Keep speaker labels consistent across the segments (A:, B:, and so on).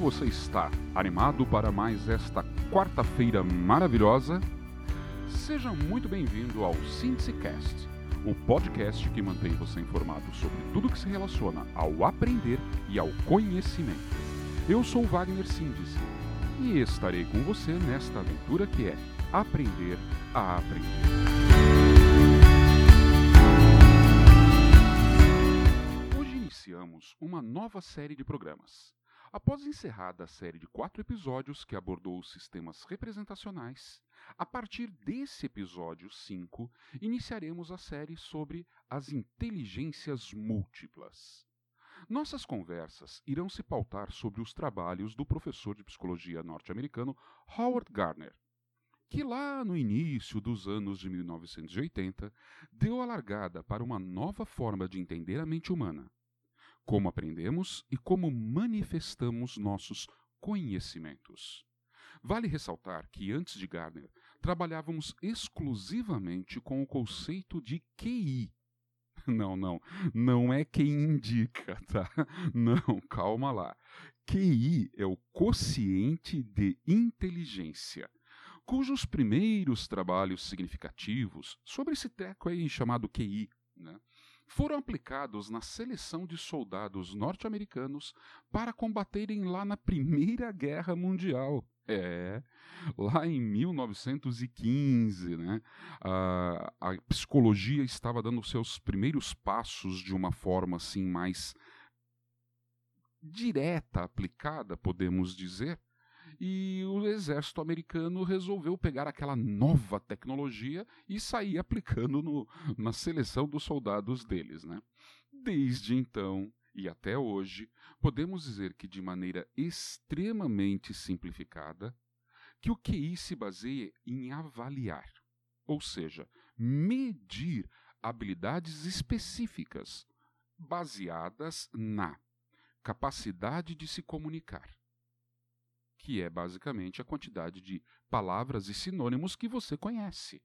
A: você está? Animado para mais esta quarta-feira maravilhosa? Seja muito bem-vindo ao SíntesiCast, o podcast que mantém você informado sobre tudo que se relaciona ao aprender e ao conhecimento. Eu sou Wagner Síndice e estarei com você nesta aventura que é aprender a aprender. Hoje iniciamos uma nova série de programas. Após encerrada a série de 4 episódios que abordou os sistemas representacionais, a partir desse episódio 5, iniciaremos a série sobre as inteligências múltiplas. Nossas conversas irão se pautar sobre os trabalhos do professor de psicologia norte-americano Howard Gardner, que lá no início dos anos de 1980 deu a largada para uma nova forma de entender a mente humana, como aprendemos e como manifestamos nossos conhecimentos. Vale ressaltar que antes de Gardner, trabalhávamos exclusivamente com o conceito de QI. Não é quem indica, tá? Não, calma lá. QI é o quociente de inteligência, cujos primeiros trabalhos significativos sobre esse treco aí chamado QI, né, foram aplicados na seleção de soldados norte-americanos para combaterem lá na Primeira Guerra Mundial. Lá em 1915, né, a psicologia estava dando seus primeiros passos de uma forma assim mais direta, aplicada, podemos dizer, e o exército americano resolveu pegar aquela nova tecnologia e sair aplicando na seleção dos soldados deles, né? Desde então e até hoje, podemos dizer que de maneira extremamente simplificada, que o QI se baseia em avaliar, ou seja, medir habilidades específicas baseadas na capacidade de se comunicar, que é basicamente a quantidade de palavras e sinônimos que você conhece.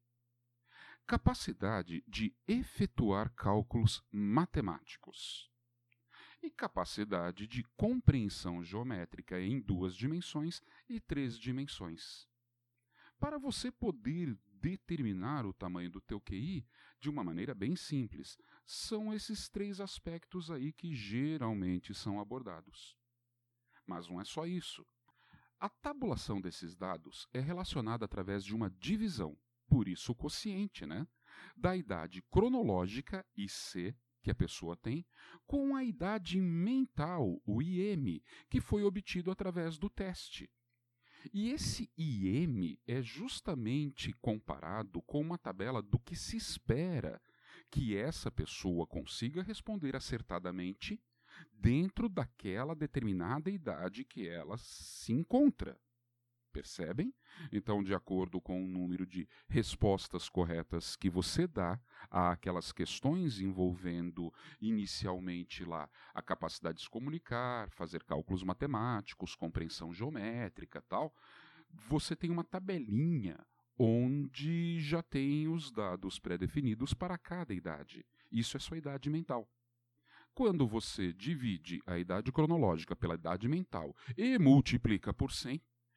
A: Capacidade de efetuar cálculos matemáticos. E capacidade de compreensão geométrica em 2 dimensões e 3 dimensões. Para você poder determinar o tamanho do teu QI de uma maneira bem simples, são esses 3 aspectos aí que geralmente são abordados. Mas não é só isso. A tabulação desses dados é relacionada através de uma divisão, por isso o quociente, né, da idade cronológica, IC, que a pessoa tem, com a idade mental, o IM, que foi obtido através do teste. E esse IM é justamente comparado com uma tabela do que se espera que essa pessoa consiga responder acertadamente dentro daquela determinada idade que ela se encontra. Percebem? Então, de acordo com o número de respostas corretas que você dá àquelas questões envolvendo inicialmente lá a capacidade de se comunicar, fazer cálculos matemáticos, compreensão geométrica, tal, você tem uma tabelinha onde já tem os dados pré-definidos para cada idade. Isso é sua idade mental. Quando você divide a idade cronológica pela idade mental e multiplica por 100,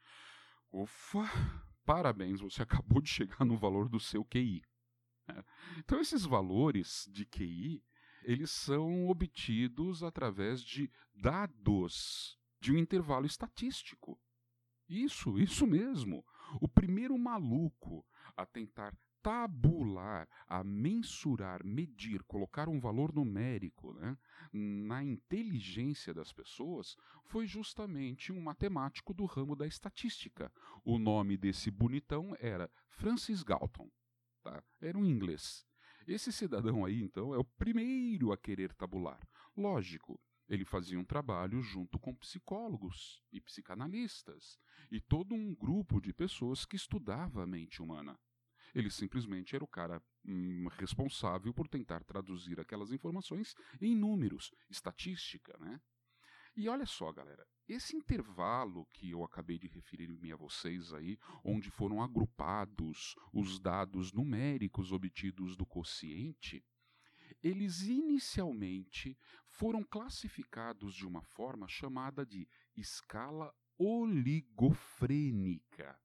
A: parabéns, você acabou de chegar no valor do seu QI. Então, esses valores de QI, eles são obtidos através de dados de um intervalo estatístico. Isso mesmo. O primeiro maluco a tentar tabular, a mensurar, medir, colocar um valor numérico, né, na inteligência das pessoas, foi justamente um matemático do ramo da estatística. O nome desse bonitão era Francis Galton. Tá? Era um inglês. Esse cidadão aí, então, é o primeiro a querer tabular. Lógico, ele fazia um trabalho junto com psicólogos e psicanalistas e todo um grupo de pessoas que estudava a mente humana. Ele simplesmente era o cara responsável por tentar traduzir aquelas informações em números, estatística, né? E olha só, galera, esse intervalo que eu acabei de referir-me a vocês aí, onde foram agrupados os dados numéricos obtidos do quociente, eles inicialmente foram classificados de uma forma chamada de escala oligofrênica.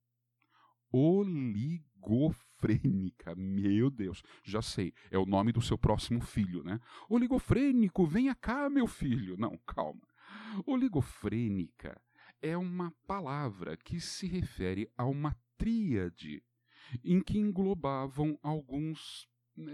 A: Oligofrênica, meu Deus, já sei, é o nome do seu próximo filho, né? Oligofrênico, venha cá, meu filho. Não, calma. Oligofrênica é uma palavra que se refere a uma tríade em que englobavam alguns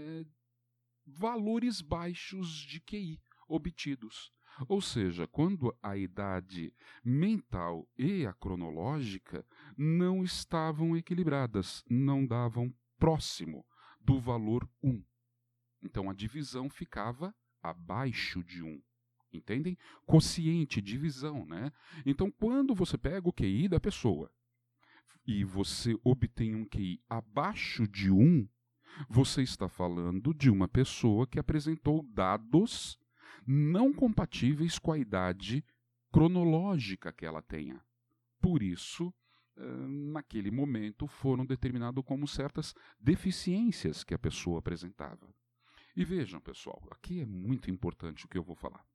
A: valores baixos de QI obtidos. Ou seja, quando a idade mental e a cronológica não estavam equilibradas, não davam próximo do valor 1. Então a divisão ficava abaixo de 1. Entendem? Quociente, divisão, né? Então quando você pega o QI da pessoa e você obtém um QI abaixo de 1, você está falando de uma pessoa que apresentou dados não compatíveis com a idade cronológica que ela tenha. Por isso, naquele momento, foram determinados como certas deficiências que a pessoa apresentava. E vejam, pessoal, aqui é muito importante o que eu vou falar.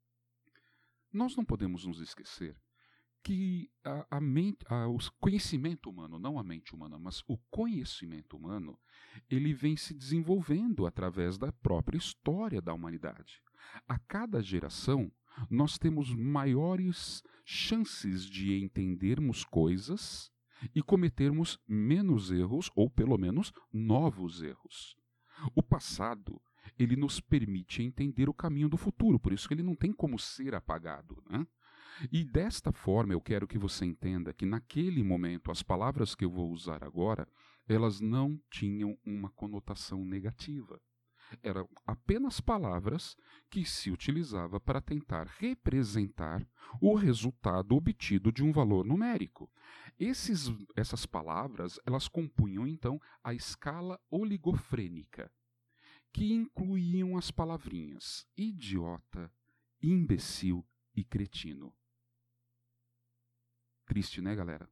A: Nós não podemos nos esquecer que o conhecimento humano, não a mente humana, mas o conhecimento humano, ele vem se desenvolvendo através da própria história da humanidade. A cada geração, nós temos maiores chances de entendermos coisas e cometermos menos erros, ou pelo menos novos erros. O passado, ele nos permite entender o caminho do futuro, por isso que ele não tem como ser apagado, né? E desta forma eu quero que você entenda que naquele momento as palavras que eu vou usar agora, elas não tinham uma conotação negativa. Eram apenas palavras que se utilizava para tentar representar o resultado obtido de um valor numérico. Essas palavras, elas compunham então a escala oligofrênica, que incluíam as palavrinhas idiota, imbecil e cretino. Triste, né, galera?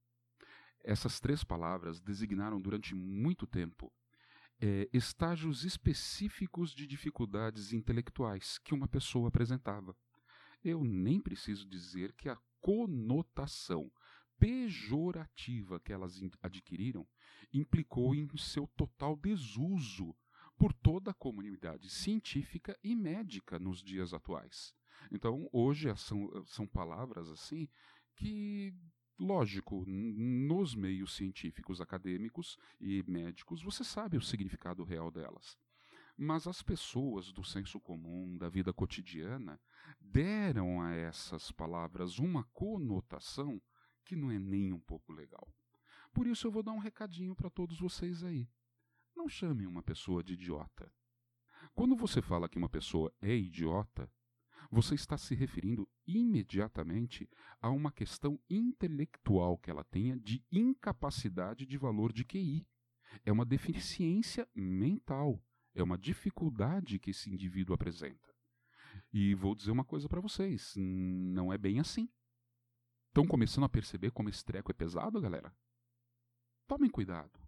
A: Essas 3 palavras designaram durante muito tempo estágios específicos de dificuldades intelectuais que uma pessoa apresentava. Eu nem preciso dizer que a conotação pejorativa que elas adquiriram implicou em seu total desuso por toda a comunidade científica e médica nos dias atuais. Então, hoje são palavras assim que, lógico, nos meios científicos, acadêmicos e médicos, você sabe o significado real delas. Mas as pessoas do senso comum, da vida cotidiana, deram a essas palavras uma conotação que não é nem um pouco legal. Por isso eu vou dar um recadinho para todos vocês aí. Não chamem uma pessoa de idiota. Quando você fala que uma pessoa é idiota, você está se referindo imediatamente a uma questão intelectual que ela tenha de incapacidade de valor de QI. É uma deficiência mental, é uma dificuldade que esse indivíduo apresenta. E vou dizer uma coisa para vocês, não é bem assim. Estão começando a perceber como esse treco é pesado, galera? Tomem cuidado.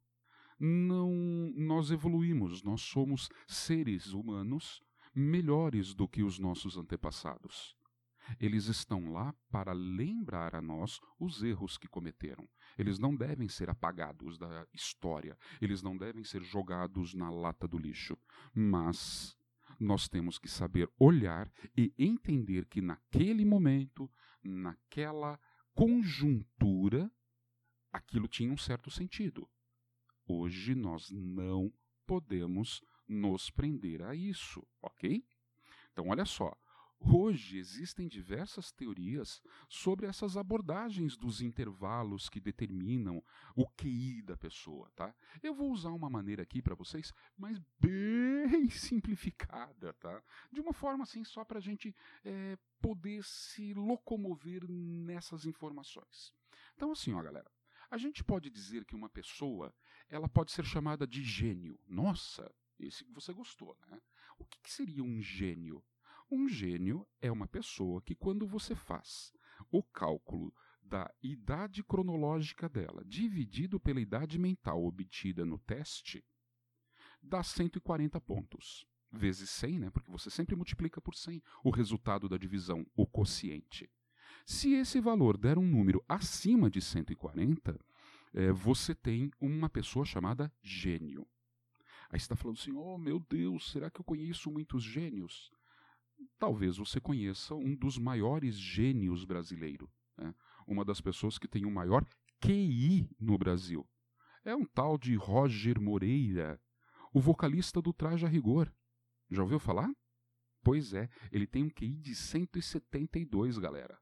A: Nós evoluímos, nós somos seres humanos melhores do que os nossos antepassados. Eles estão lá para lembrar a nós os erros que cometeram. Eles não devem ser apagados da história, eles não devem ser jogados na lata do lixo. Mas nós temos que saber olhar e entender que naquele momento, naquela conjuntura, aquilo tinha um certo sentido. Hoje nós não podemos nos prender a isso, ok? Então, olha só. Hoje existem diversas teorias sobre essas abordagens dos intervalos que determinam o QI da pessoa, tá? Eu vou usar uma maneira aqui para vocês, mas bem simplificada, tá? De uma forma assim, só para a gente poder se locomover nessas informações. Então, assim, ó, galera. A gente pode dizer que uma pessoa, ela pode ser chamada de gênio. Nossa, esse que você gostou, né? O que seria um gênio? Um gênio é uma pessoa que, quando você faz o cálculo da idade cronológica dela, dividido pela idade mental obtida no teste, dá 140 pontos. vezes 100, né? Porque você sempre multiplica por 100 o resultado da divisão, o quociente. Se esse valor der um número acima de 140, você tem uma pessoa chamada gênio. Aí você está falando assim, oh meu Deus, será que eu conheço muitos gênios? Talvez você conheça um dos maiores gênios brasileiros, né? Uma das pessoas que tem o maior QI no Brasil. É um tal de Roger Moreira, o vocalista do Traje a Rigor. Já ouviu falar? Pois é, ele tem um QI de 172, galera.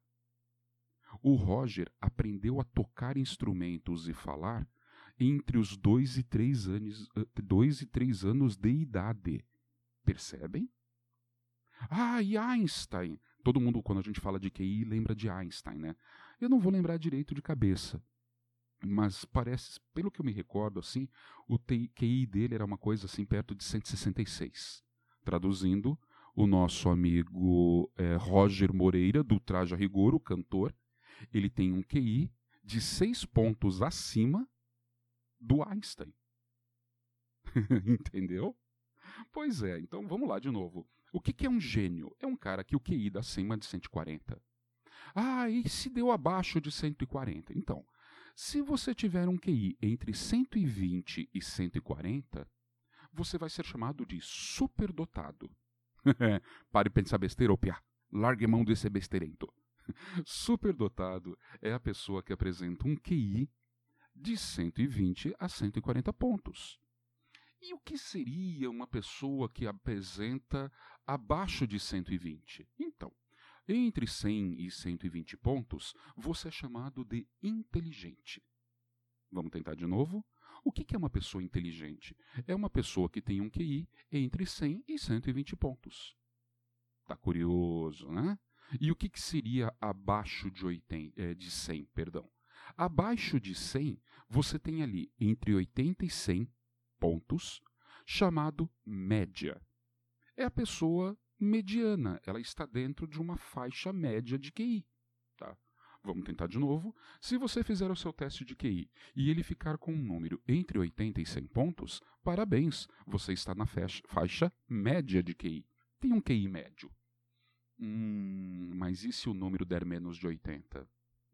A: O Roger aprendeu a tocar instrumentos e falar entre os 2 e 3 anos de idade. Percebem? Ah, e Einstein. Todo mundo, quando a gente fala de QI, lembra de Einstein, né? Eu não vou lembrar direito de cabeça. Mas parece, pelo que eu me recordo, assim, o QI dele era uma coisa assim perto de 166. Traduzindo, o nosso amigo Roger Moreira, do Traje a Rigor, o cantor, ele tem um QI de 6 pontos acima do Einstein. Entendeu? Pois é, então vamos lá de novo. O que é um gênio? É um cara que o QI dá acima de 140. Ah, e se deu abaixo de 140? Então, se você tiver um QI entre 120 e 140, você vai ser chamado de superdotado. Pare de pensar besteira, ô piá. Largue mão desse besteirento. Superdotado é a pessoa que apresenta um QI de 120 a 140 pontos. E o que seria uma pessoa que apresenta abaixo de 120? Então, entre 100 e 120 pontos, você é chamado de inteligente. Vamos tentar de novo? O que é uma pessoa inteligente? É uma pessoa que tem um QI entre 100 e 120 pontos. Tá curioso, né? E o que seria abaixo de 100? Perdão. Abaixo de 100, você tem ali entre 80 e 100 pontos, chamado média. É a pessoa mediana, ela está dentro de uma faixa média de QI. Tá? Vamos tentar de novo. Se você fizer o seu teste de QI e ele ficar com um número entre 80 e 100 pontos, parabéns, você está na faixa média de QI. Tem um QI médio. Mas e se o número der menos de 80?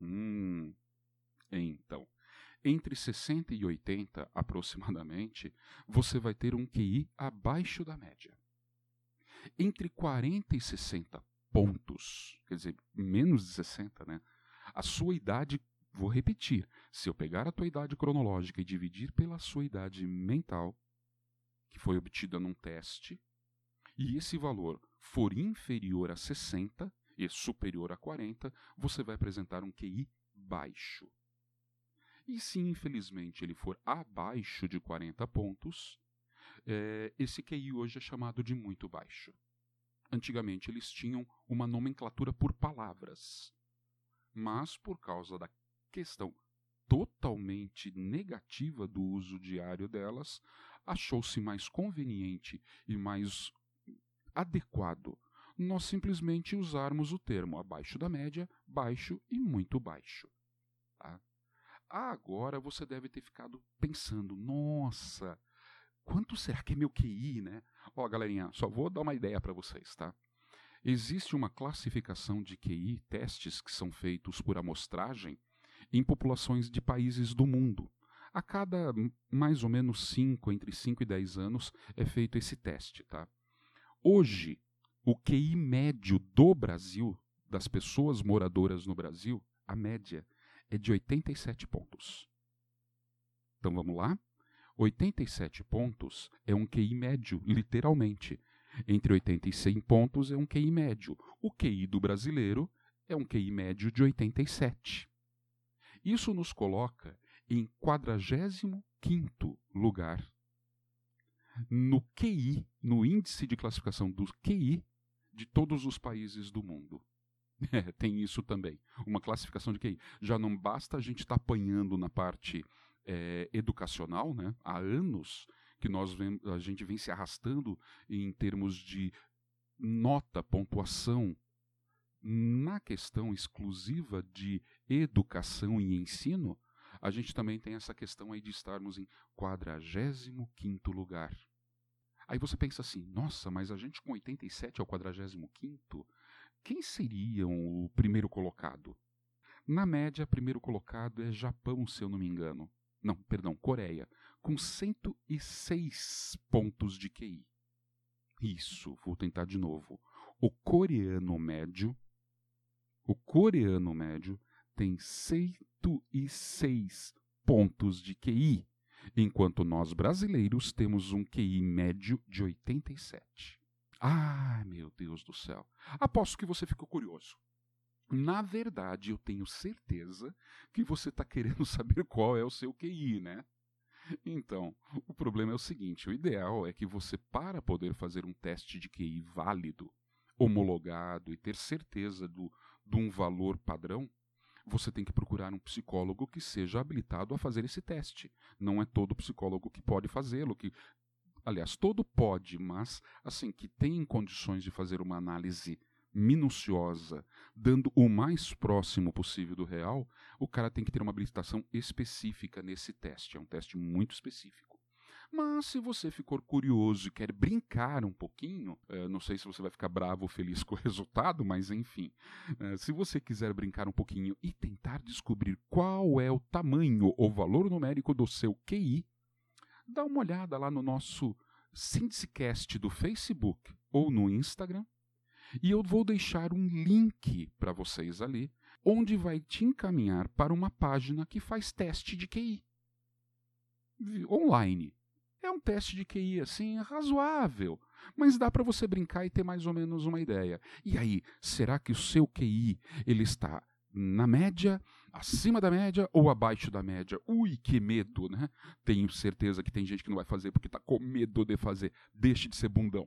A: Então, entre 60 e 80, aproximadamente, você vai ter um QI abaixo da média. Entre 40 e 60 pontos, quer dizer, menos de 60, né? A sua idade, vou repetir, se eu pegar a tua idade cronológica e dividir pela sua idade mental, que foi obtida num teste, e esse valor for inferior a 60 e superior a 40, você vai apresentar um QI baixo. E se, infelizmente, ele for abaixo de 40 pontos, esse QI hoje é chamado de muito baixo. Antigamente, eles tinham uma nomenclatura por palavras. Mas, por causa da questão totalmente negativa do uso diário delas, achou-se mais conveniente e mais adequado nós simplesmente usarmos o termo abaixo da média, baixo e muito baixo. Tá? Agora você deve ter ficado pensando, nossa, quanto será que é meu QI, né? Ó, galerinha, só vou dar uma ideia para vocês, tá? Existe uma classificação de QI, testes que são feitos por amostragem em populações de países do mundo. A cada mais ou menos entre 5 e 10 anos é feito esse teste, tá? Hoje, o QI médio do Brasil, das pessoas moradoras no Brasil, a média é de 87 pontos. Então vamos lá? 87 pontos é um QI médio, literalmente. Entre 80 e 100 pontos é um QI médio. O QI do brasileiro é um QI médio de 87. Isso nos coloca em 45º lugar no QI, no índice de classificação do QI de todos os países do mundo. Tem isso também, uma classificação de QI. Já não basta a gente estar apanhando na parte educacional, né? Há anos que a gente vem se arrastando em termos de nota, pontuação, na questão exclusiva de educação e ensino, a gente também tem essa questão aí de estarmos em 45º lugar. Aí você pensa assim, nossa, mas a gente com 87 é o 45º? Quem seria o primeiro colocado? Na média, primeiro colocado é Japão, se eu não me engano. Não, perdão, Coreia, com 106 pontos de QI. Isso, vou tentar de novo. O coreano médio tem 106 pontos de QI, enquanto nós brasileiros temos um QI médio de 87. Ai, meu Deus do céu. Aposto que você ficou curioso. Na verdade, eu tenho certeza que você está querendo saber qual é o seu QI, né? Então, o problema é o seguinte, o ideal é que você, para poder fazer um teste de QI válido, homologado e ter certeza de um valor padrão, você tem que procurar um psicólogo que seja habilitado a fazer esse teste. Não é todo psicólogo que pode fazê-lo, aliás, todo pode, mas assim, que tem condições de fazer uma análise minuciosa, dando o mais próximo possível do real, o cara tem que ter uma habilitação específica nesse teste. É um teste muito específico. Mas se você ficou curioso e quer brincar um pouquinho, não sei se você vai ficar bravo ou feliz com o resultado, mas enfim, se você quiser brincar um pouquinho e tentar descobrir qual é o tamanho ou valor numérico do seu QI, dá uma olhada lá no nosso Síndicecast do Facebook ou no Instagram, e eu vou deixar um link para vocês ali, onde vai te encaminhar para uma página que faz teste de QI online. É um teste de QI assim razoável, mas dá para você brincar e ter mais ou menos uma ideia. E aí, será que o seu QI ele está na média, acima da média ou abaixo da média? Ui, que medo, né? Tenho certeza que tem gente que não vai fazer porque está com medo de fazer. Deixe de ser bundão.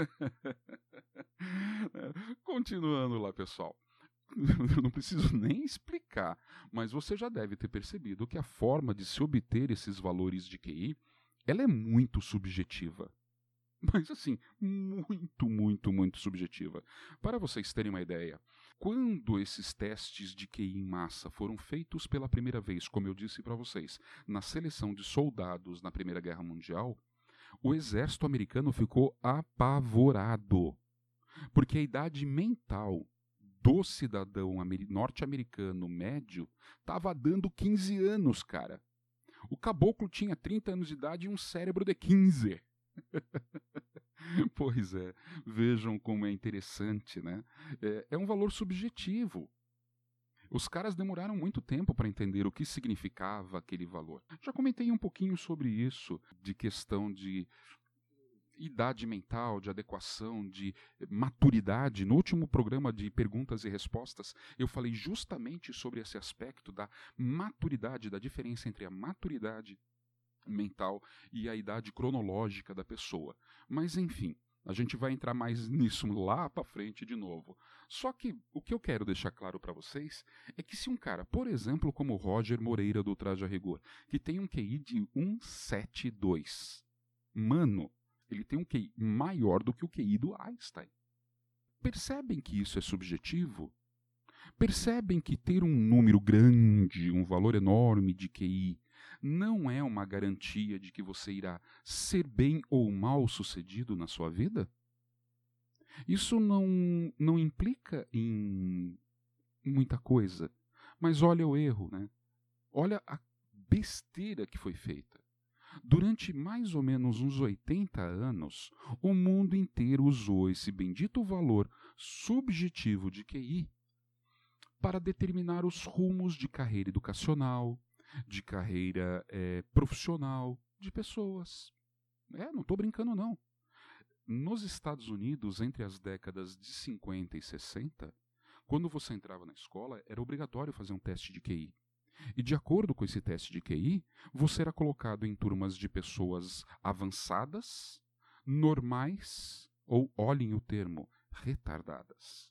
A: Continuando lá, pessoal. Eu não preciso nem explicar, mas você já deve ter percebido que a forma de se obter esses valores de QI, ela é muito subjetiva. Mas assim, muito subjetiva. Para vocês terem uma ideia, quando esses testes de QI em massa foram feitos pela primeira vez, como eu disse para vocês, na seleção de soldados na Primeira Guerra Mundial, o exército americano ficou apavorado, porque a idade mental do cidadão norte-americano médio estava dando 15 anos, cara. O caboclo tinha 30 anos de idade e um cérebro de 15. Pois é, vejam como é interessante, né? É um valor subjetivo. Os caras demoraram muito tempo para entender o que significava aquele valor. Já comentei um pouquinho sobre isso, de questão de idade mental, de adequação, de maturidade. No último programa de perguntas e respostas, eu falei justamente sobre esse aspecto da maturidade, da diferença entre a maturidade mental e a idade cronológica da pessoa. Mas, enfim, a gente vai entrar mais nisso lá para frente de novo. Só que o que eu quero deixar claro para vocês é que se um cara, por exemplo, como o Roger Moreira do Traje a Rigor, que tem um QI de 172, mano, ele tem um QI maior do que o QI do Einstein. Percebem que isso é subjetivo? Percebem que ter um número grande, um valor enorme de QI, não é uma garantia de que você irá ser bem ou mal sucedido na sua vida? Isso não implica em muita coisa, mas olha o erro, né? Olha a besteira que foi feita. Durante mais ou menos uns 80 anos, o mundo inteiro usou esse bendito valor subjetivo de QI para determinar os rumos de carreira educacional, de carreira profissional de pessoas. Não estou brincando, não. Nos Estados Unidos, entre as décadas de 50 e 60, quando você entrava na escola, era obrigatório fazer um teste de QI. E de acordo com esse teste de QI, você era colocado em turmas de pessoas avançadas, normais ou, olhem o termo, retardadas.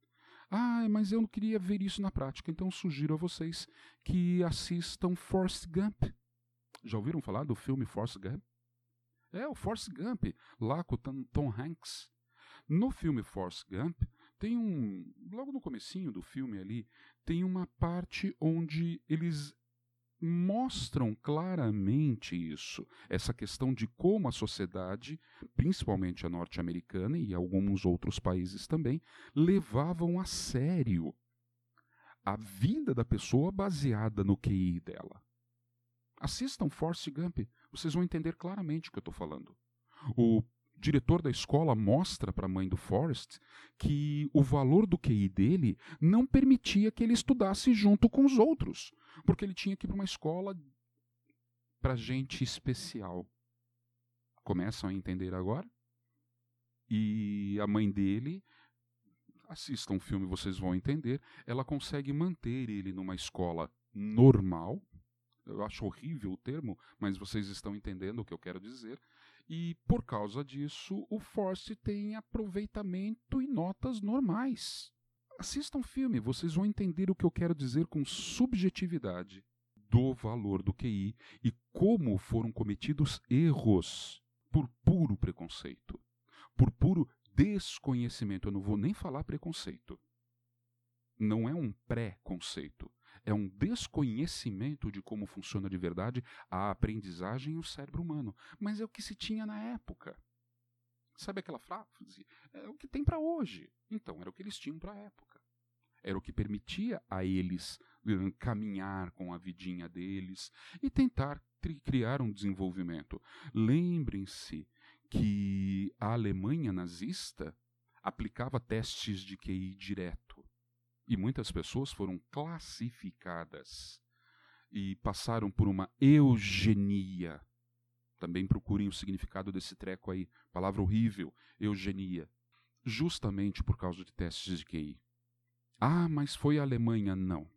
A: Mas eu não queria ver isso na prática, então sugiro a vocês que assistam Forrest Gump. Já ouviram falar do filme Forrest Gump? O Forrest Gump, lá com o Tom Hanks. No filme Forrest Gump, tem logo no comecinho do filme ali, tem uma parte onde eles mostram claramente isso, essa questão de como a sociedade, principalmente a norte-americana e alguns outros países também, levavam a sério a vida da pessoa baseada no QI dela. Assistam Forrest Gump, vocês vão entender claramente o que eu estou falando. O diretor da escola mostra para a mãe do Forrest que o valor do QI dele não permitia que ele estudasse junto com os outros, porque ele tinha que ir para uma escola para gente especial. Começam a entender agora? E a mãe dele, assistam o filme, vocês vão entender, ela consegue manter ele numa escola normal. Eu acho horrível o termo, mas vocês estão entendendo o que eu quero dizer. E por causa disso, o Forrest tem aproveitamento e notas normais. Assistam o filme, vocês vão entender o que eu quero dizer com subjetividade do valor do QI e como foram cometidos erros por puro preconceito, por puro desconhecimento. Eu não vou nem falar preconceito. Não é um pré-conceito. É um desconhecimento de como funciona de verdade a aprendizagem e o cérebro humano. Mas é o que se tinha na época. Sabe aquela frase? É o que tem para hoje. Então, era o que eles tinham para a época. Era o que permitia a eles caminhar com a vidinha deles e tentar criar um desenvolvimento. Lembrem-se que a Alemanha nazista aplicava testes de QI direto. E muitas pessoas foram classificadas e passaram por uma eugenia. Também procurem o significado desse treco aí, palavra horrível, eugenia. Justamente por causa de testes de QI. Ah, mas foi a Alemanha? Não.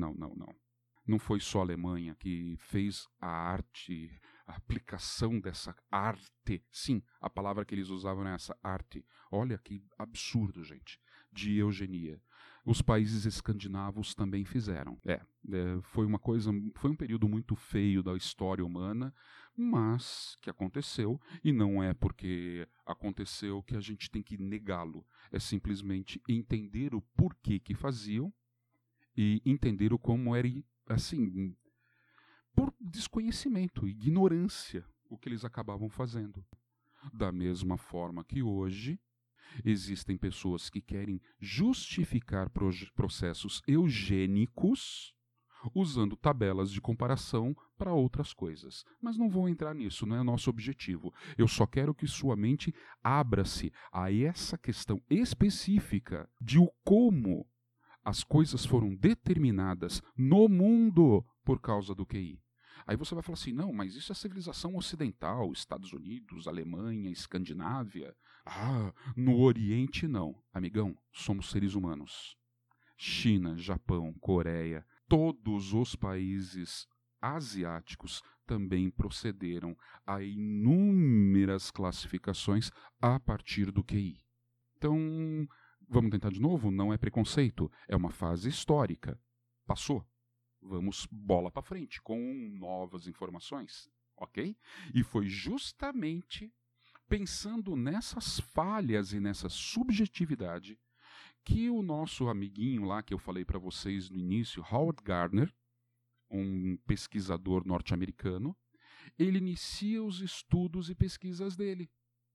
A: Não foi só a Alemanha que fez a arte, a aplicação dessa arte. Sim, a palavra que eles usavam é essa, arte. Olha que absurdo, gente, de eugenia. Os países escandinavos também fizeram. Foi um período muito feio da história humana, mas que aconteceu, e não é porque aconteceu que a gente tem que negá-lo. É simplesmente entender o porquê que faziam e entender o como era, assim, por desconhecimento, ignorância, o que eles acabavam fazendo. Da mesma forma que hoje existem pessoas que querem justificar processos eugênicos usando tabelas de comparação para outras coisas. Mas não vou entrar nisso, não é nosso objetivo. Eu só quero que sua mente abra-se a essa questão específica de o como as coisas foram determinadas no mundo por causa do QI. Aí você vai falar assim, não, mas isso é civilização ocidental, Estados Unidos, Alemanha, Escandinávia. Ah, no Oriente não. Amigão, somos seres humanos. China, Japão, Coreia, todos os países asiáticos também procederam a inúmeras classificações a partir do QI. Então, vamos tentar de novo? Não é preconceito, é uma fase histórica. Passou. Vamos bola para frente, com novas informações, ok? E foi justamente pensando nessas falhas e nessa subjetividade que o nosso amiguinho lá que eu falei para vocês no início, Howard Gardner, um pesquisador norte-americano, ele inicia os estudos e pesquisas dele.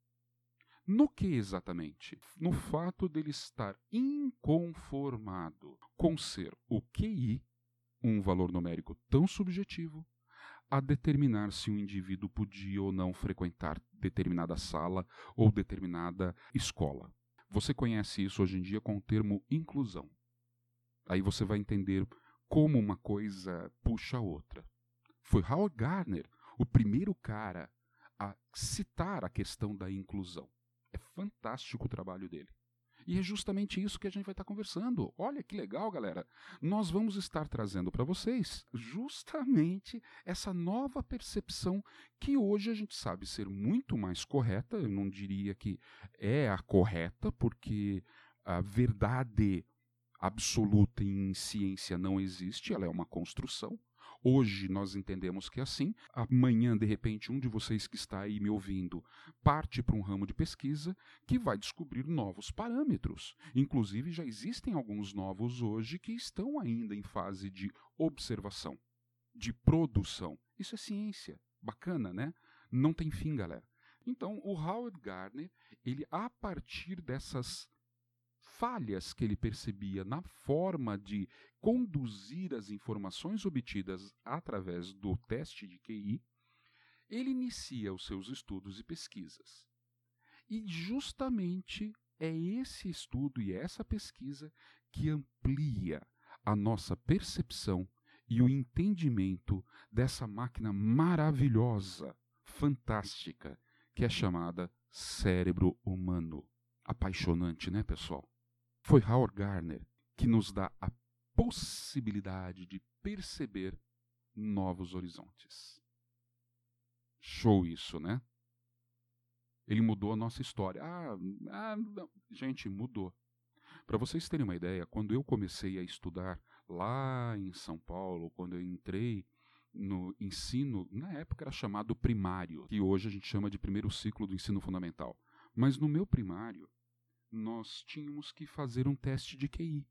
A: No que exatamente? No fato dele estar inconformado com ser o QI, um valor numérico tão subjetivo, a determinar se um indivíduo podia ou não frequentar determinada sala ou determinada escola. Você conhece isso hoje em dia com o termo inclusão. Aí você vai entender como uma coisa puxa a outra. Foi Howard Gardner o primeiro cara a citar a questão da inclusão. É fantástico o trabalho dele. E é justamente isso que a gente vai estar conversando. Olha que legal, galera. Nós vamos estar trazendo para vocês justamente essa nova percepção que hoje a gente sabe ser muito mais correta. Eu não diria que é a correta, porque a verdade absoluta em ciência não existe, ela é uma construção. Hoje nós entendemos que é assim. Amanhã, de repente, um de vocês que está aí me ouvindo parte para um ramo de pesquisa que vai descobrir novos parâmetros. Inclusive, já existem alguns novos hoje que estão ainda em fase de observação, de produção. Isso é ciência. Bacana, né? Não tem fim, galera. Então, o Howard Gardner, ele, a partir dessas falhas que ele percebia na forma de conduzir as informações obtidas através do teste de QI, ele inicia os seus estudos e pesquisas. E justamente é esse estudo e essa pesquisa que amplia a nossa percepção e o entendimento dessa máquina maravilhosa, fantástica, que é chamada cérebro humano. Apaixonante, né, pessoal? Foi Howard Gardner que nos dá a possibilidade de perceber novos horizontes. Show isso, né? Ele mudou a nossa história. Não. Gente, mudou. Para vocês terem uma ideia, quando eu comecei a estudar lá em São Paulo, quando eu entrei no ensino, na época era chamado primário, que hoje a gente chama de primeiro ciclo do ensino fundamental. Mas no meu primário, nós tínhamos que fazer um teste de QI.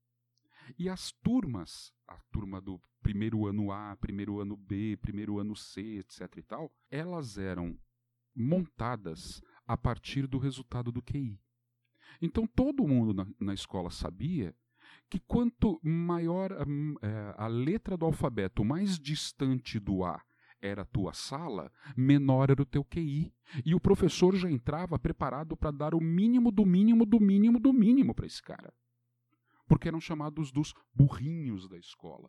A: E as turmas, a turma do primeiro ano A, primeiro ano B, primeiro ano C, etc. e tal, elas eram montadas a partir do resultado do QI. Então todo mundo na escola sabia que quanto maior a letra do alfabeto mais distante do A era a tua sala, menor era o teu QI. E o professor já entrava preparado para dar o mínimo do mínimo do mínimo do mínimo para esse cara. Porque eram chamados dos burrinhos da escola.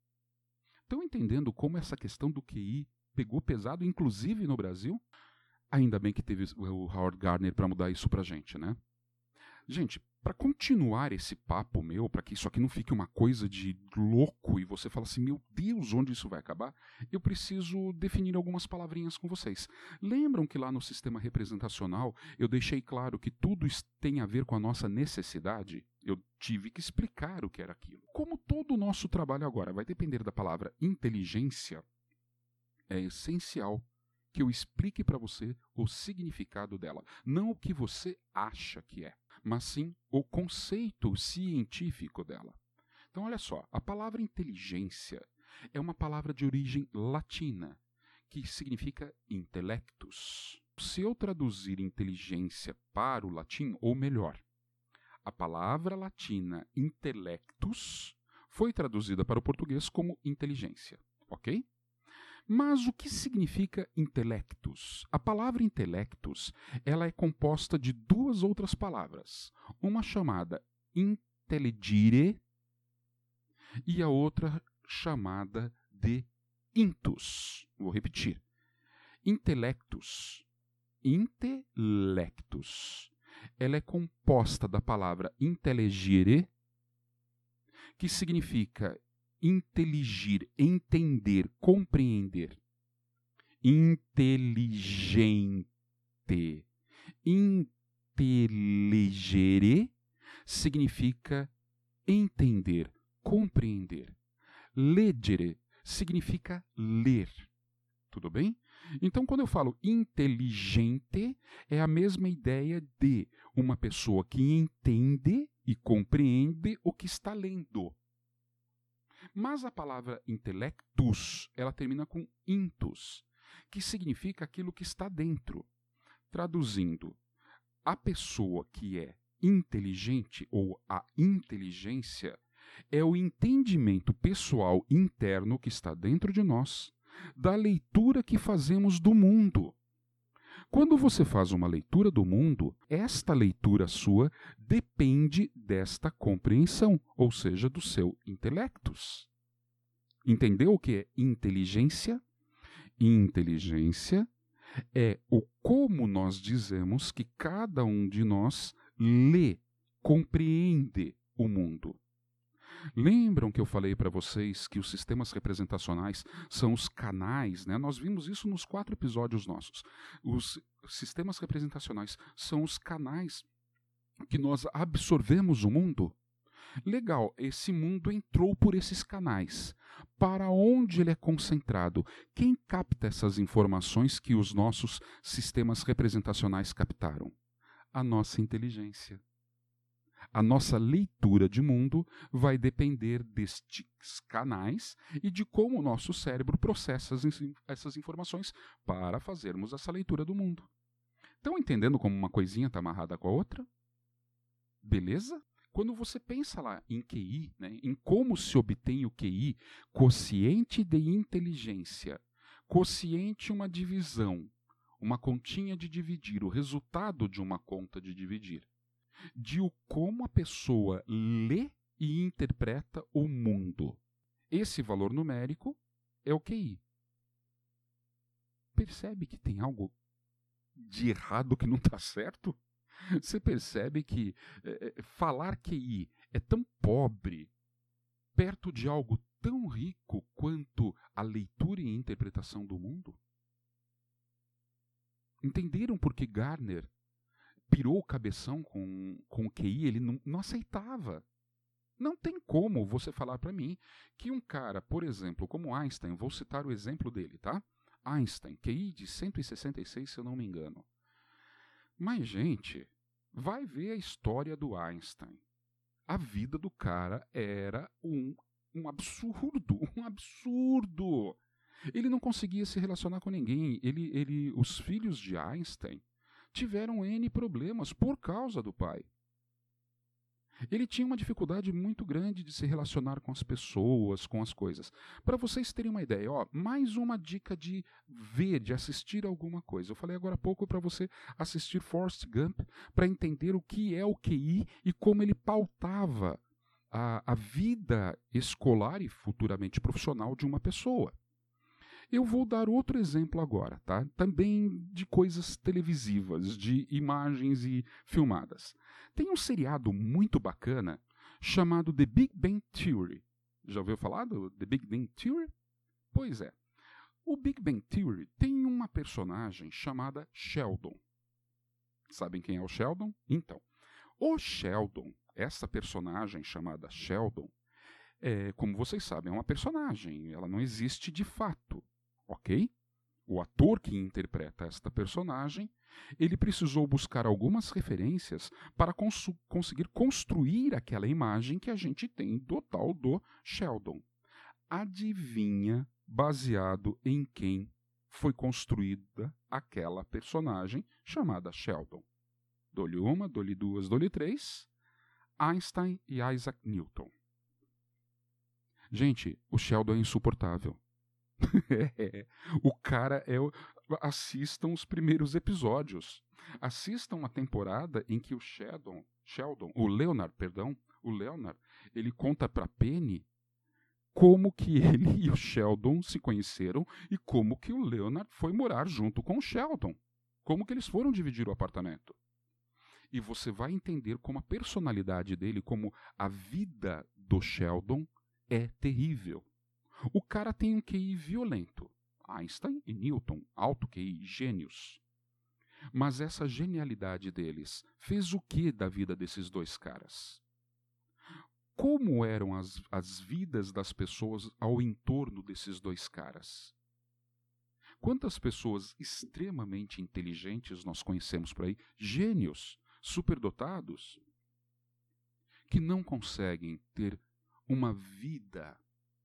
A: Estão entendendo como essa questão do QI pegou pesado, inclusive no Brasil? Ainda bem que teve o Howard Gardner para mudar isso para a gente, né? Gente, para continuar esse papo meu, para que isso aqui não fique uma coisa de louco e você fala assim, meu Deus, onde isso vai acabar? Eu preciso definir algumas palavrinhas com vocês. Lembram que lá no sistema representacional eu deixei claro que tudo tem a ver com a nossa necessidade? Eu tive que explicar o que era aquilo. Como todo o nosso trabalho agora vai depender da palavra inteligência, é essencial que eu explique para você o significado dela. Não o que você acha que é, mas sim o conceito científico dela. Então, olha só, a palavra inteligência é uma palavra de origem latina, que significa intellectus. Se eu traduzir inteligência para o latim, ou melhor, a palavra latina intellectus foi traduzida para o português como inteligência, ok? Mas o que significa intellectus? A palavra intellectus, ela é composta de duas outras palavras, uma chamada intelligere e a outra chamada de intus. Vou repetir. Intellectus. Ela é composta da palavra intelligere, que significa inteligir, entender, compreender. Inteligente. Intelligere significa entender, compreender. Legere significa ler. Tudo bem? Então, quando eu falo inteligente, é a mesma ideia de uma pessoa que entende e compreende o que está lendo. Mas a palavra intellectus, ela termina com intus, que significa aquilo que está dentro. Traduzindo, a pessoa que é inteligente ou a inteligência é o entendimento pessoal interno que está dentro de nós, da leitura que fazemos do mundo. Quando você faz uma leitura do mundo, esta leitura sua depende desta compreensão, ou seja, do seu intelectus. Entendeu o que é inteligência? Inteligência é o como nós dizemos que cada um de nós lê, compreende o mundo. Lembram que eu falei para vocês que os sistemas representacionais são os canais, né? Nós vimos isso nos 4 episódios nossos. Os sistemas representacionais são os canais que nós absorvemos o mundo. Legal, esse mundo entrou por esses canais. Para onde ele é concentrado? Quem capta essas informações que os nossos sistemas representacionais captaram? A nossa inteligência. A nossa leitura de mundo vai depender destes canais e de como o nosso cérebro processa essas informações para fazermos essa leitura do mundo. Estão entendendo como uma coisinha está amarrada com a outra? Beleza? Quando você pensa lá em QI, né, em como se obtém o QI, quociente de inteligência, quociente uma divisão, uma continha de dividir, o resultado de uma conta de dividir, de como a pessoa lê e interpreta o mundo. Esse valor numérico é o QI. Percebe que tem algo de errado que não está certo? Você percebe que falar QI é tão pobre perto de algo tão rico quanto a leitura e interpretação do mundo? Entenderam por que Gardner pirou o cabeção com o QI? Ele não aceitava. Não tem como você falar para mim que um cara, por exemplo, como Einstein, vou citar o exemplo dele, tá? Einstein, QI de 166, se eu não me engano. Mas, gente, vai ver a história do Einstein. A vida do cara era um absurdo, um absurdo. Ele não conseguia se relacionar com ninguém. Os filhos de Einstein tiveram N problemas por causa do pai. Ele tinha uma dificuldade muito grande de se relacionar com as pessoas, com as coisas. Para vocês terem uma ideia, mais uma dica de ver, de assistir alguma coisa. Eu falei agora há pouco para você assistir Forrest Gump para entender o que é o QI e como ele pautava a vida escolar e futuramente profissional de uma pessoa. Eu vou dar outro exemplo agora, tá? Também de coisas televisivas, de imagens e filmadas. Tem um seriado muito bacana chamado The Big Bang Theory. Já ouviu falar do The Big Bang Theory? Pois é. O Big Bang Theory tem uma personagem chamada Sheldon. Sabem quem é o Sheldon? Então, o Sheldon, essa personagem chamada Sheldon, como vocês sabem, é uma personagem. Ela não existe de fato. Ok? O ator que interpreta esta personagem, ele precisou buscar algumas referências para conseguir construir aquela imagem que a gente tem do tal do Sheldon. Adivinha baseado em quem foi construída aquela personagem chamada Sheldon? Dou-lhe uma, dou-lhe duas, dou-lhe três. Einstein e Isaac Newton. Gente, o Sheldon é insuportável. O cara assistam os primeiros episódios. Assistam a temporada em que o Leonard, ele conta para Penny como que ele e o Sheldon se conheceram e como que o Leonard foi morar junto com o Sheldon. Como que eles foram dividir o apartamento. E você vai entender como a personalidade dele, como a vida do Sheldon é terrível. O cara tem um QI violento. Einstein e Newton, alto QI, gênios. Mas essa genialidade deles fez o que da vida desses dois caras? Como eram as vidas das pessoas ao entorno desses dois caras? Quantas pessoas extremamente inteligentes nós conhecemos por aí, gênios, superdotados, que não conseguem ter uma vida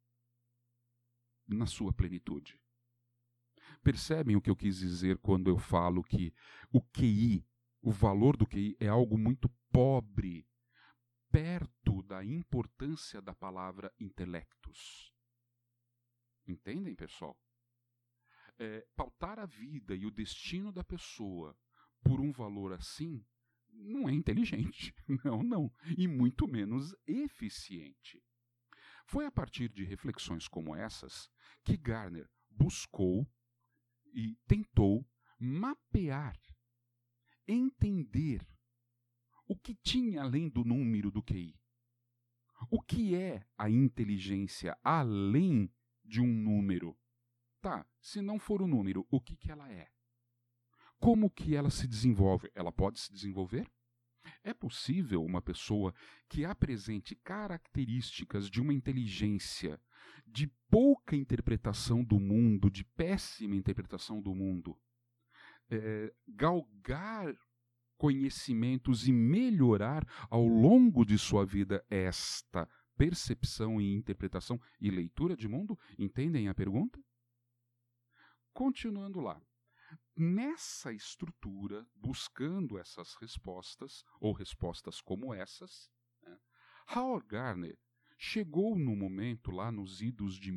A: na sua plenitude? Percebem o que eu quis dizer quando eu falo que o QI, o valor do QI é algo muito pobre perto da importância da palavra intelectus? Entendem, pessoal? Pautar a vida e o destino da pessoa por um valor assim não é inteligente. Não. E muito menos eficiente. Foi a partir de reflexões como essas que Gardner buscou e tentou mapear, entender o que tinha além do número do QI. O que é a inteligência além de um número? Tá, se não for o número, o que ela é? Como que ela se desenvolve? Ela pode se desenvolver? É possível uma pessoa que apresente características de uma inteligência de pouca interpretação do mundo, de péssima interpretação do mundo, galgar conhecimentos e melhorar ao longo de sua vida esta percepção e interpretação e leitura de mundo? Entendem a pergunta? Continuando lá. Nessa estrutura, buscando essas respostas, ou respostas como essas, né, Howard Gardner chegou no momento, lá nos idos de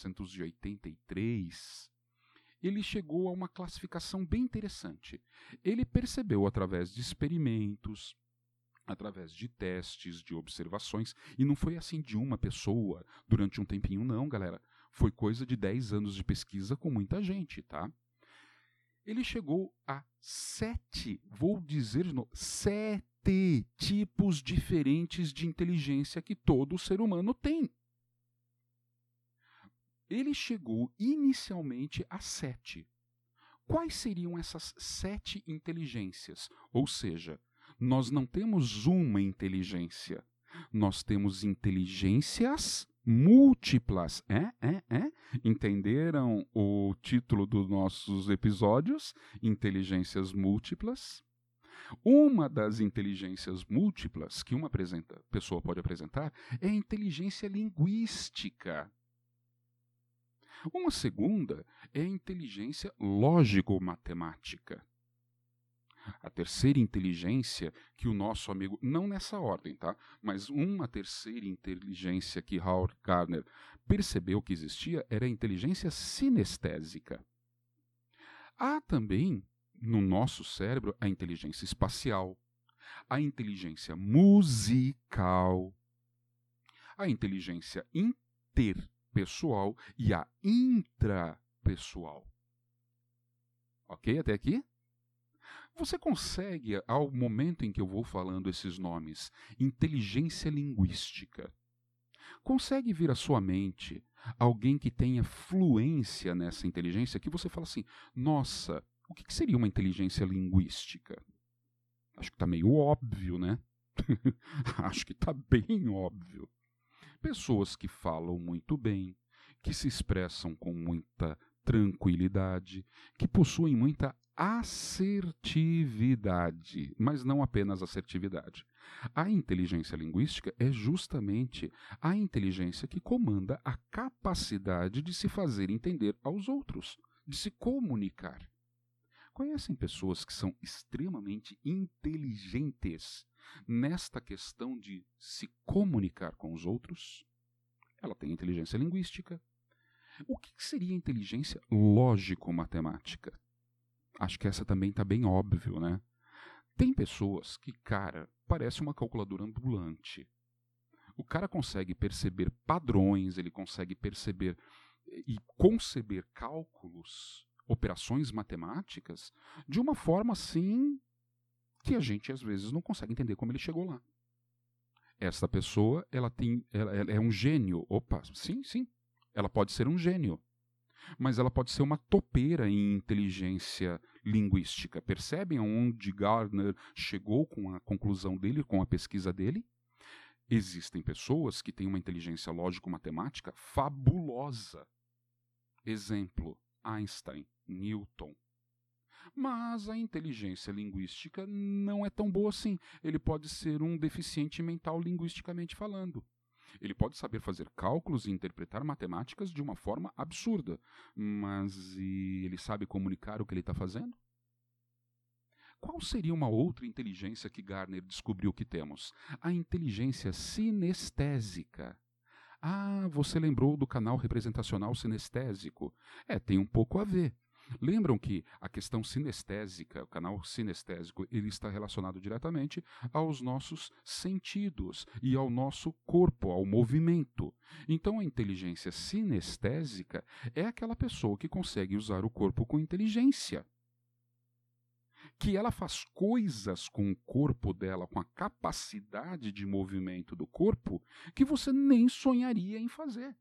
A: 1983, ele chegou a uma classificação bem interessante. Ele percebeu através de experimentos, através de testes, de observações, e não foi assim de uma pessoa durante um tempinho não, galera. Foi coisa de 10 anos de pesquisa com muita gente, tá? Ele chegou a 7 tipos diferentes de inteligência que todo ser humano tem. Ele chegou inicialmente a 7. Quais seriam essas 7 inteligências? Ou seja, nós não temos uma inteligência, nós temos inteligências múltiplas. Entenderam o título dos nossos episódios? Inteligências múltiplas. Uma das inteligências múltiplas que uma pessoa pode apresentar é a inteligência linguística. Uma segunda é a inteligência lógico-matemática. A terceira inteligência que o nosso amigo, não nessa ordem, tá? Mas uma terceira inteligência que Howard Gardner percebeu que existia era a inteligência sinestésica. Há também no nosso cérebro a inteligência espacial, a inteligência musical, a inteligência interpessoal e a intrapessoal. Ok até aqui? Você consegue, ao momento em que eu vou falando esses nomes, inteligência linguística, consegue vir à sua mente alguém que tenha fluência nessa inteligência, que você fala assim, nossa, o que seria uma inteligência linguística? Acho que está meio óbvio, né? Acho que está bem óbvio. Pessoas que falam muito bem, que se expressam com muita tranquilidade, que possuem muita assertividade, mas não apenas assertividade. A inteligência linguística é justamente a inteligência que comanda a capacidade de se fazer entender aos outros, de se comunicar. Conhecem pessoas que são extremamente inteligentes nesta questão de se comunicar com os outros? Ela tem inteligência linguística. O que seria inteligência lógico-matemática? Acho que essa também está bem óbvio, né? Tem pessoas que, cara, parece uma calculadora ambulante. O cara consegue perceber padrões, ele consegue perceber e conceber cálculos, operações matemáticas, de uma forma assim que a gente às vezes não consegue entender como ele chegou lá. Essa pessoa, ela é um gênio. Opa, sim. Ela pode ser um gênio. Mas ela pode ser uma topeira em inteligência linguística. Percebem aonde Gardner chegou com a conclusão dele, com a pesquisa dele? Existem pessoas que têm uma inteligência lógico-matemática fabulosa. Exemplo, Einstein, Newton. Mas a inteligência linguística não é tão boa assim. Ele pode ser um deficiente mental linguisticamente falando. Ele pode saber fazer cálculos e interpretar matemáticas de uma forma absurda, mas ele sabe comunicar o que ele está fazendo? Qual seria uma outra inteligência que Gardner descobriu que temos? A inteligência sinestésica. Ah, você lembrou do canal representacional sinestésico? Tem um pouco a ver. Lembram que a questão sinestésica, o canal sinestésico, ele está relacionado diretamente aos nossos sentidos e ao nosso corpo, ao movimento. Então a inteligência sinestésica é aquela pessoa que consegue usar o corpo com inteligência. Que ela faz coisas com o corpo dela, com a capacidade de movimento do corpo, que você nem sonharia em fazer.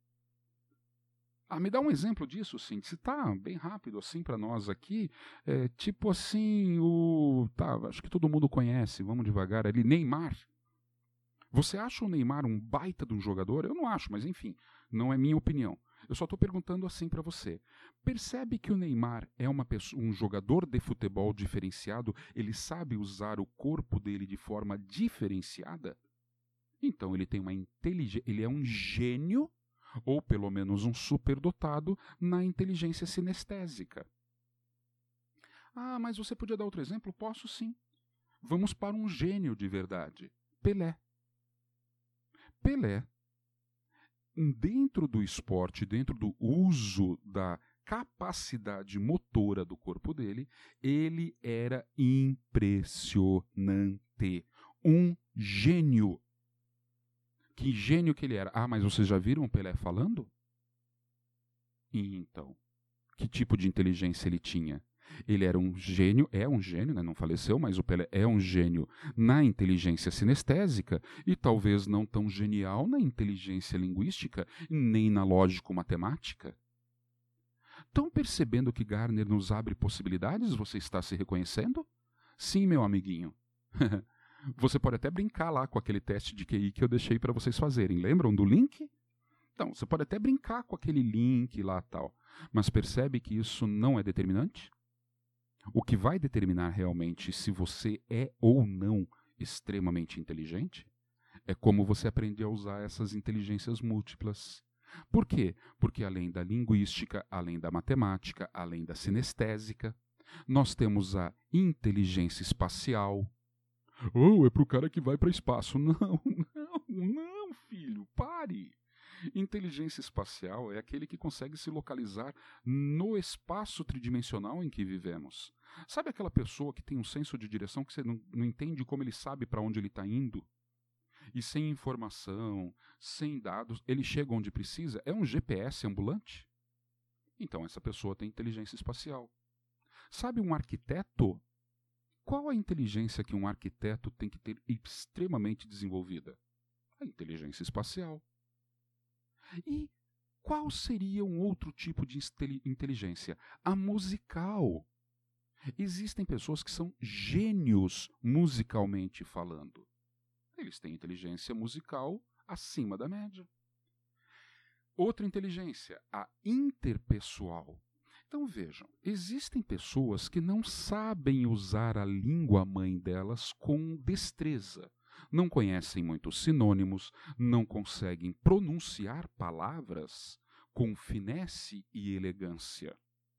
A: Me dá um exemplo disso, sim. Se tá bem rápido assim para nós aqui, tipo assim, acho que todo mundo conhece, vamos devagar ali, Neymar. Você acha o Neymar um baita de um jogador? Eu não acho, mas enfim, não é minha opinião. Eu só estou perguntando assim para você. Percebe que o Neymar é um jogador de futebol diferenciado? Ele sabe usar o corpo dele de forma diferenciada? Então ele tem uma inteligência, ele é um gênio, ou pelo menos um superdotado, na inteligência sinestésica. Ah, mas você podia dar outro exemplo? Posso sim. Vamos para um gênio de verdade. Pelé. Pelé, dentro do esporte, dentro do uso da capacidade motora do corpo dele, ele era impressionante. Um gênio. Que gênio que ele era. Ah, mas vocês já viram o Pelé falando? E então, que tipo de inteligência ele tinha? Ele era um gênio, né? Não faleceu, mas o Pelé é um gênio na inteligência sinestésica e talvez não tão genial na inteligência linguística nem na lógico-matemática. Estão percebendo que Gardner nos abre possibilidades? Você está se reconhecendo? Sim, meu amiguinho. Você pode até brincar lá com aquele teste de QI que eu deixei para vocês fazerem. Lembram do link? Então, você pode até brincar com aquele link lá tal. Mas percebe que isso não é determinante? O que vai determinar realmente se você é ou não extremamente inteligente é como você aprende a usar essas inteligências múltiplas. Por quê? Porque além da linguística, além da matemática, além da sinestésica, nós temos a inteligência espacial. Oh, é pro cara que vai para espaço. Não, filho, pare. Inteligência espacial é aquele que consegue se localizar no espaço tridimensional em que vivemos. Sabe aquela pessoa que tem um senso de direção que você não entende como ele sabe para onde ele está indo? E sem informação, sem dados, ele chega onde precisa? É um GPS ambulante? Então essa pessoa tem inteligência espacial. Sabe um arquiteto? Qual a inteligência que um arquiteto tem que ter extremamente desenvolvida? A inteligência espacial. E qual seria um outro tipo de inteligência? A musical. Existem pessoas que são gênios musicalmente falando. Eles têm inteligência musical acima da média. Outra inteligência, a interpessoal. Então vejam, existem pessoas que não sabem usar a língua mãe delas com destreza. Não conhecem muitos sinônimos, não conseguem pronunciar palavras com finesse e elegância.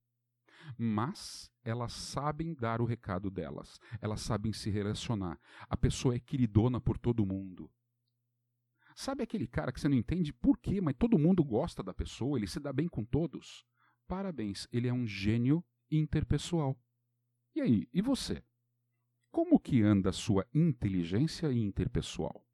A: Mas elas sabem dar o recado delas, elas sabem se relacionar. A pessoa é queridona por todo mundo. Sabe aquele cara que você não entende por quê, mas todo mundo gosta da pessoa, ele se dá bem com todos? Parabéns, ele é um gênio interpessoal. E aí, e você? Como que anda a sua inteligência interpessoal?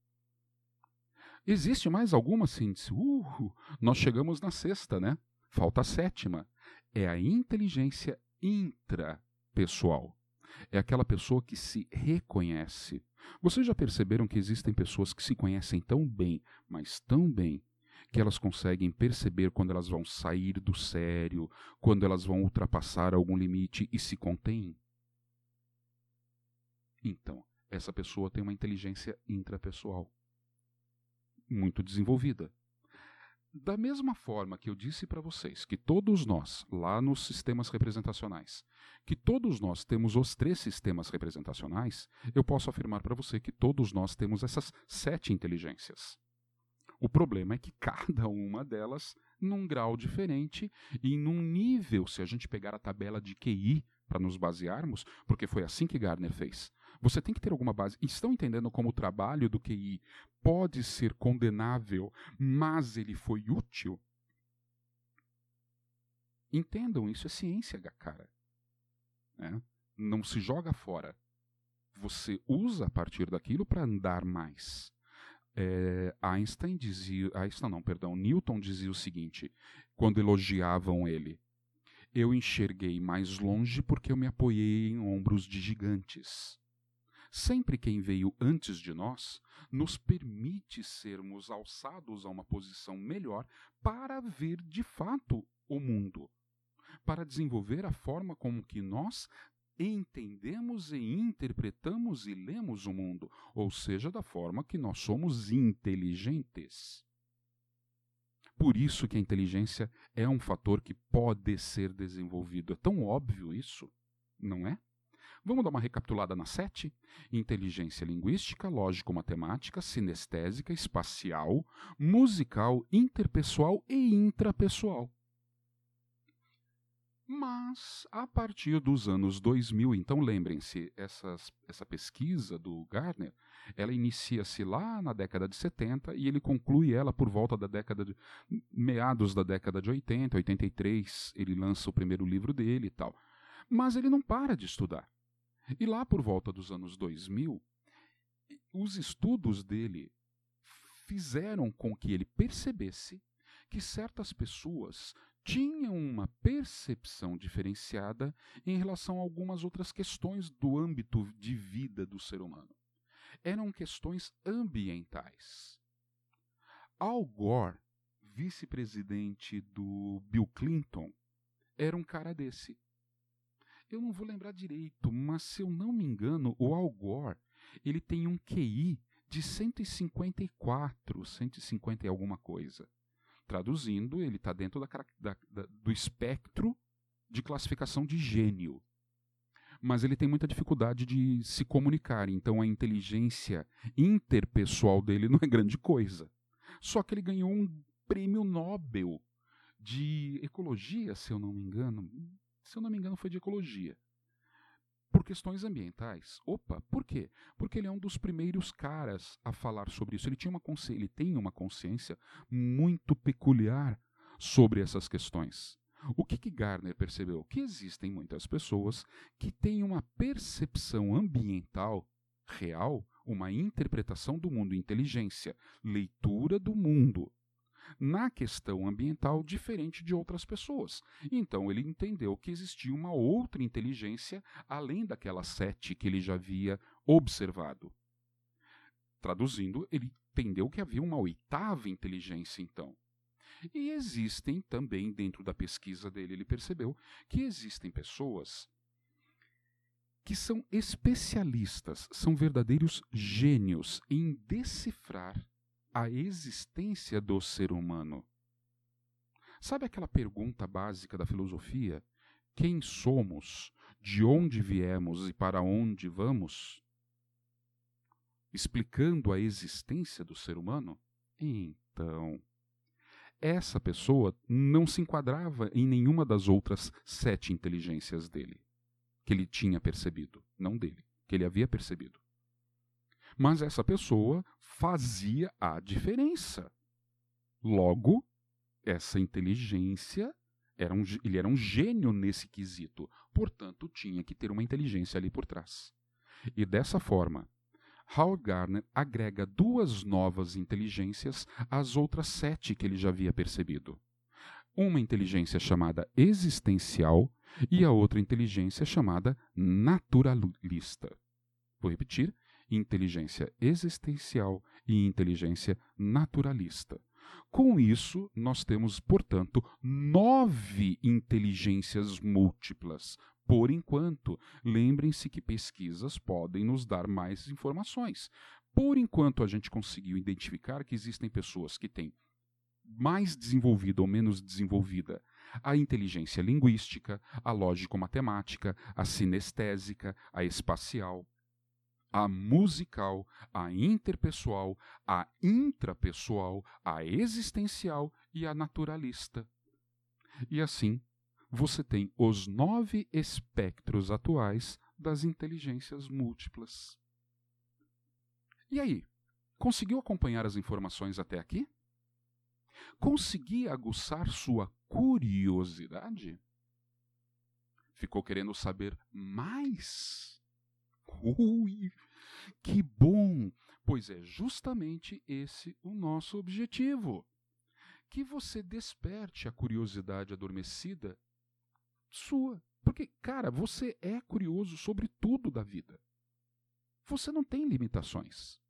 A: Existe mais alguma síntese? Nós chegamos na sexta, né? Falta a sétima. É a inteligência intrapessoal. É aquela pessoa que se reconhece. Vocês já perceberam que existem pessoas que se conhecem tão bem, mas tão bem, que elas conseguem perceber quando elas vão sair do sério, quando elas vão ultrapassar algum limite e se contêm? Então, essa pessoa tem uma inteligência intrapessoal muito desenvolvida. Da mesma forma que eu disse para vocês que todos nós, lá nos sistemas representacionais, que todos nós temos os 3 sistemas representacionais, eu posso afirmar para você que todos nós temos essas 7 inteligências. O problema é que cada uma delas num grau diferente e num nível, se a gente pegar a tabela de QI para nos basearmos, porque foi assim que Gardner fez. Você tem que ter alguma base. Estão entendendo como o trabalho do QI pode ser condenável, mas ele foi útil? Entendam, isso é ciência, cara. Não se joga fora. Você usa a partir daquilo para andar mais. Newton dizia o seguinte, quando elogiavam ele: eu enxerguei mais longe porque eu me apoiei em ombros de gigantes. Sempre quem veio antes de nós nos permite sermos alçados a uma posição melhor para ver de fato o mundo, para desenvolver a forma como que nós entendemos e interpretamos e lemos o mundo, ou seja, da forma que nós somos inteligentes. Por isso que a inteligência é um fator que pode ser desenvolvido. É tão óbvio isso, não é? Vamos dar uma recapitulada na 7? Inteligência linguística, lógico-matemática, sinestésica, espacial, musical, interpessoal e intrapessoal. Mas, a partir dos anos 2000, então lembrem-se, essa pesquisa do Gardner, ela inicia-se lá na década de 70 e ele conclui ela por volta da meados da década de 80, 83, ele lança o primeiro livro dele e tal. Mas ele não para de estudar. E lá por volta dos anos 2000, os estudos dele fizeram com que ele percebesse que certas pessoas tinham uma percepção diferenciada em relação a algumas outras questões do âmbito de vida do ser humano. Eram questões ambientais. Al Gore, vice-presidente do Bill Clinton, era um cara desse. Eu não vou lembrar direito, mas se eu não me engano, o Al Gore, ele tem um QI de 154, 150 e alguma coisa. Traduzindo, ele está dentro do espectro de classificação de gênio. Mas ele tem muita dificuldade de se comunicar, então a inteligência interpessoal dele não é grande coisa. Só que ele ganhou um prêmio Nobel de ecologia, se eu não me engano. Se eu não me engano, foi de ecologia. Por questões ambientais. Opa, por quê? Porque ele é um dos primeiros caras a falar sobre isso. Ele tem uma consciência muito peculiar sobre essas questões. O que Gardner percebeu? Que existem muitas pessoas que têm uma percepção ambiental real, uma interpretação do mundo, inteligência, leitura do mundo, na questão ambiental diferente de outras pessoas. Então ele entendeu que existia uma outra inteligência além daquelas 7 que ele já havia observado. Traduzindo, ele entendeu que havia uma 8ª inteligência, então. E existem também, dentro da pesquisa dele, ele percebeu que existem pessoas que são especialistas, são verdadeiros gênios em decifrar a existência do ser humano. Sabe aquela pergunta básica da filosofia? Quem somos? De onde viemos e para onde vamos? Explicando a existência do ser humano? Então, essa pessoa não se enquadrava em nenhuma das outras 7 inteligências dele, que ele tinha percebido, não dele, que ele havia percebido. Mas essa pessoa fazia a diferença. Logo, essa inteligência, ele era um gênio nesse quesito. Portanto, tinha que ter uma inteligência ali por trás. E dessa forma, Howard Gardner agrega 2 novas inteligências às outras 7 que ele já havia percebido. Uma inteligência chamada existencial e a outra inteligência chamada naturalista. Vou repetir. Inteligência existencial e inteligência naturalista. Com isso, nós temos, portanto, 9 inteligências múltiplas. Por enquanto, lembrem-se que pesquisas podem nos dar mais informações. Por enquanto, a gente conseguiu identificar que existem pessoas que têm mais desenvolvida ou menos desenvolvida a inteligência linguística, a lógico-matemática, a sinestésica, a espacial, a musical, a interpessoal, a intrapessoal, a existencial e a naturalista. E assim, você tem os 9 espectros atuais das inteligências múltiplas. E aí, conseguiu acompanhar as informações até aqui? Conseguiu aguçar sua curiosidade? Ficou querendo saber mais? Ui, que bom! Pois é justamente esse o nosso objetivo. Que você desperte a curiosidade adormecida sua. Porque, cara, você é curioso sobre tudo da vida. Você não tem limitações.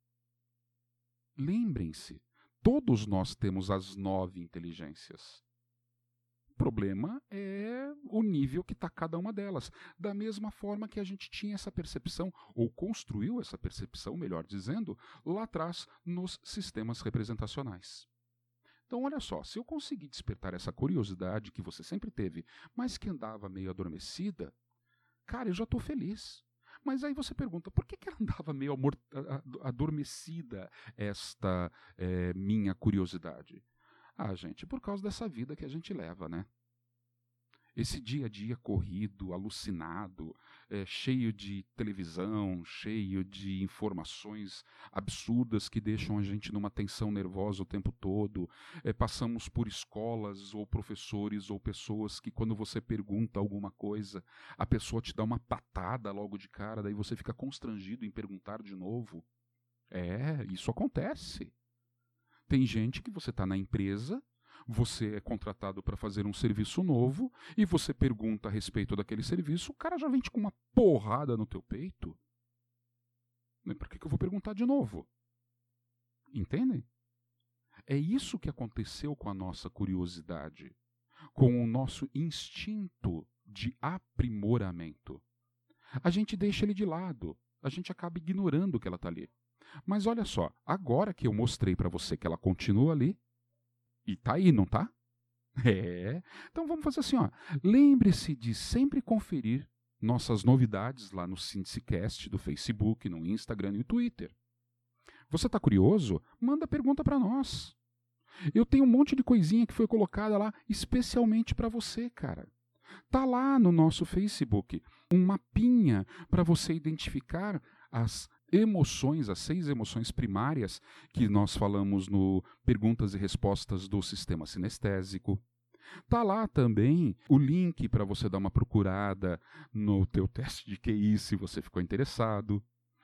A: Lembrem-se, todos nós temos as 9 inteligências. O problema é o nível que está cada uma delas. Da mesma forma que a gente tinha essa percepção, ou construiu essa percepção, melhor dizendo, lá atrás nos sistemas representacionais. Então, olha só, se eu conseguir despertar essa curiosidade que você sempre teve, mas que andava meio adormecida, cara, eu já estou feliz. Mas aí você pergunta, por que ela andava meio adormecida, esta minha curiosidade? Ah, gente, por causa dessa vida que a gente leva, né? Esse dia a dia corrido, alucinado, cheio de televisão, cheio de informações absurdas que deixam a gente numa tensão nervosa o tempo todo. Passamos por escolas ou professores ou pessoas que quando você pergunta alguma coisa, a pessoa te dá uma patada logo de cara, daí você fica constrangido em perguntar de novo. Isso acontece. Tem gente que você está na empresa, você é contratado para fazer um serviço novo e você pergunta a respeito daquele serviço, o cara já vem com uma porrada no teu peito. Por que eu vou perguntar de novo? Entendem? É isso que aconteceu com a nossa curiosidade, com o nosso instinto de aprimoramento. A gente deixa ele de lado, a gente acaba ignorando que ela está ali. Mas olha só, agora que eu mostrei para você que ela continua ali, e tá aí, não tá? Então vamos fazer assim, ó. Lembre-se de sempre conferir nossas novidades lá no SíntesiCast do Facebook, no Instagram e no Twitter. Você tá curioso? Manda pergunta para nós. Eu tenho um monte de coisinha que foi colocada lá especialmente para você, cara. Tá lá no nosso Facebook um mapinha para você identificar as emoções, as 6 emoções primárias que nós falamos no Perguntas e Respostas do Sistema Sinestésico. Tá lá também o link para você dar uma procurada no teu teste de QI se você ficou interessado.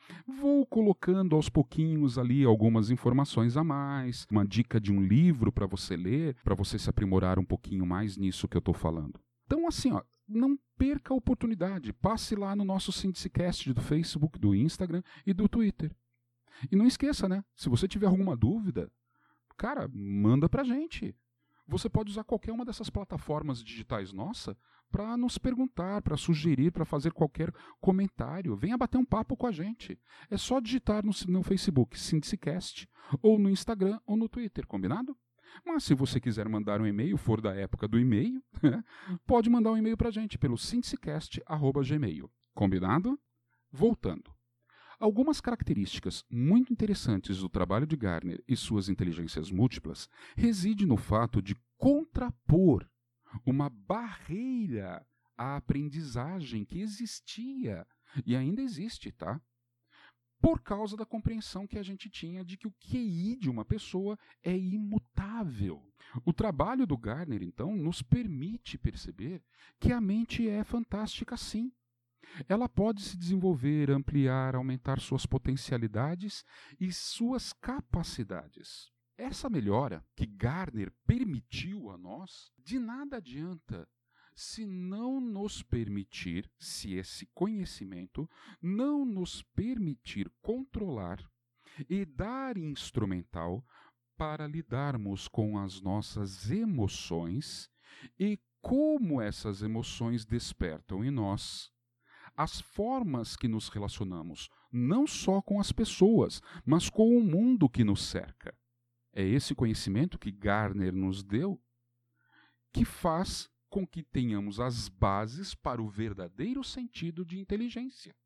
A: Vou colocando aos pouquinhos ali algumas informações a mais, uma dica de um livro para você ler, para você se aprimorar um pouquinho mais nisso que eu estou falando. Então assim, ó, não perca a oportunidade, passe lá no nosso SíntesiCast do Facebook, do Instagram e do Twitter. E não esqueça, né? Se você tiver alguma dúvida, cara, manda pra gente. Você pode usar qualquer uma dessas plataformas digitais nossa para nos perguntar, para sugerir, para fazer qualquer comentário. Venha bater um papo com a gente. É só digitar no Facebook SíntesiCast, ou no Instagram ou no Twitter, combinado? Mas se você quiser mandar um e-mail, for da época do e-mail, pode mandar um e-mail para a gente pelo síntesicast@gmail. Combinado? Voltando. Algumas características muito interessantes do trabalho de Gardner e suas inteligências múltiplas residem no fato de contrapor uma barreira à aprendizagem que existia e ainda existe, tá? Por causa da compreensão que a gente tinha de que o QI de uma pessoa é imutável. O trabalho do Gardner, então, nos permite perceber que a mente é fantástica sim. Ela pode se desenvolver, ampliar, aumentar suas potencialidades e suas capacidades. Essa melhora que Gardner permitiu a nós, de nada adianta se não nos permitir, se esse conhecimento não nos permitir controlar e dar instrumental para lidarmos com as nossas emoções e como essas emoções despertam em nós as formas que nos relacionamos, não só com as pessoas, mas com o mundo que nos cerca. É esse conhecimento que Gardner nos deu que faz com que tenhamos as bases para o verdadeiro sentido de inteligência,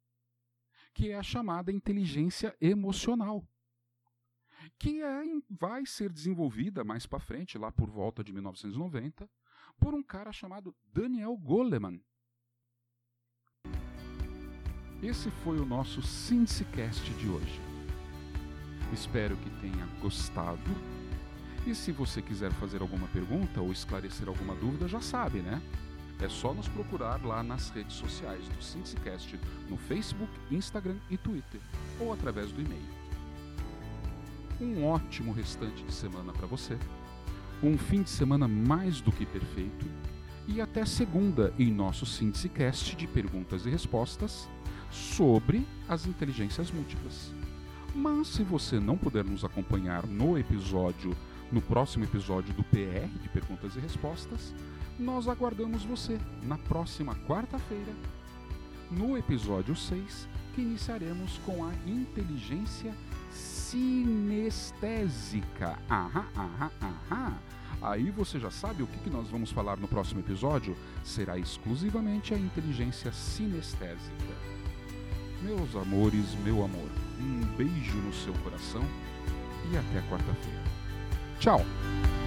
A: que é a chamada inteligência emocional, que vai ser desenvolvida mais para frente, lá por volta de 1990, por um cara chamado Daniel Goleman. Esse foi o nosso SíntesiCast de hoje. Espero que tenha gostado. E se você quiser fazer alguma pergunta ou esclarecer alguma dúvida, já sabe, né? É só nos procurar lá nas redes sociais do SíntesiCast, no Facebook, Instagram e Twitter, ou através do e-mail. Um ótimo restante de semana para você, um fim de semana mais do que perfeito, e até segunda em nosso SíntesiCast de perguntas e respostas sobre as inteligências múltiplas. Mas se você não puder nos acompanhar no próximo episódio do PR de Perguntas e Respostas, nós aguardamos você na próxima quarta-feira, no episódio 6 que iniciaremos com a inteligência sinestésica. Aí você já sabe o que nós vamos falar no próximo episódio? Será exclusivamente a inteligência sinestésica. Meus amores, meu amor, um beijo no seu coração e até quarta-feira. Tchau!